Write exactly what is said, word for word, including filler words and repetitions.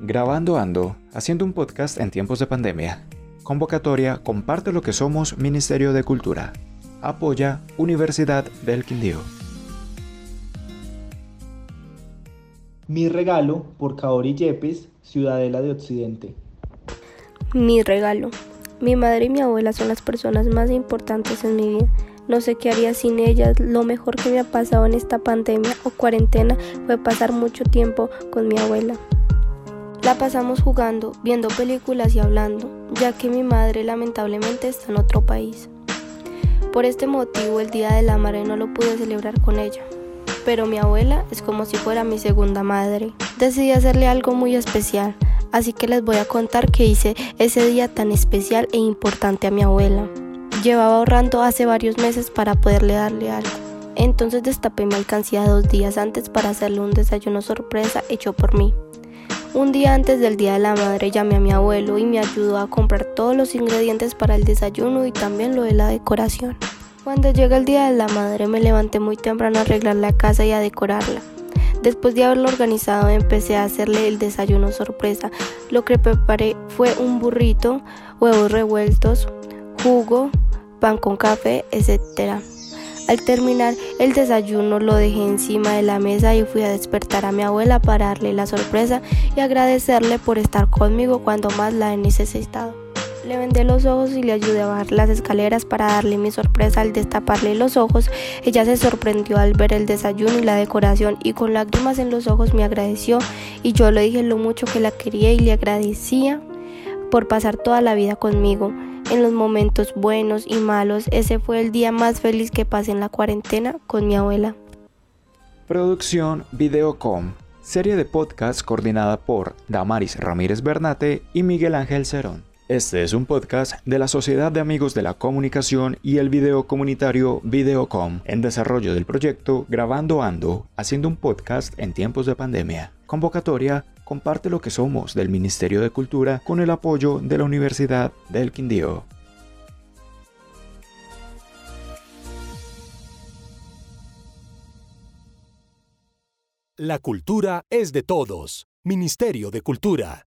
Grabando ando, haciendo un podcast en tiempos de pandemia. Convocatoria Comparte lo que somos Ministerio de Cultura. Apoya Universidad del Quindío. Mi regalo por Kaori Yepes, Ciudadela de Occidente. Mi regalo. Mi madre y mi abuela son las personas más importantes en mi vida. No sé qué haría sin ellas. Lo mejor que me ha pasado en esta pandemia o cuarentena fue pasar mucho tiempo con mi abuela. La pasamos jugando, viendo películas y hablando, ya que mi madre lamentablemente está en otro país. Por este motivo el Día de la Madre no lo pude celebrar con ella, pero mi abuela es como si fuera mi segunda madre. Decidí hacerle algo muy especial, así que les voy a contar qué hice ese día tan especial e importante a mi abuela. Llevaba ahorrando hace varios meses para poderle darle algo. Entonces destapé mi alcancía dos días antes para hacerle un desayuno sorpresa hecho por mí. Un día antes del Día de la Madre llamé a mi abuelo y me ayudó a comprar todos los ingredientes para el desayuno y también lo de la decoración. Cuando llega el Día de la Madre me levanté muy temprano a arreglar la casa y a decorarla. Después de haberlo organizado empecé a hacerle el desayuno sorpresa. Lo que preparé fue un burrito, huevos revueltos, jugo, pan con café, etcétera. Al terminar el desayuno lo dejé encima de la mesa y fui a despertar a mi abuela para darle la sorpresa y agradecerle por estar conmigo cuando más la he necesitado. Le vendé los ojos y le ayudé a bajar las escaleras para darle mi sorpresa. Al destaparle los ojos, ella se sorprendió al ver el desayuno y la decoración y con lágrimas en los ojos me agradeció y yo le dije lo mucho que la quería y le agradecía por pasar toda la vida conmigo. En los momentos buenos y malos, ese fue el día más feliz que pasé en la cuarentena con mi abuela. Producción Videocom, serie de podcast coordinada por Damaris Ramírez Bernate y Miguel Ángel Cerón. Este es un podcast de la Sociedad de Amigos de la Comunicación y el Video Comunitario Videocom, en desarrollo del proyecto Grabando Ando, haciendo un podcast en tiempos de pandemia. Convocatoria Comparte lo que somos del Ministerio de Cultura con el apoyo de la Universidad del Quindío. La cultura es de todos. Ministerio de Cultura.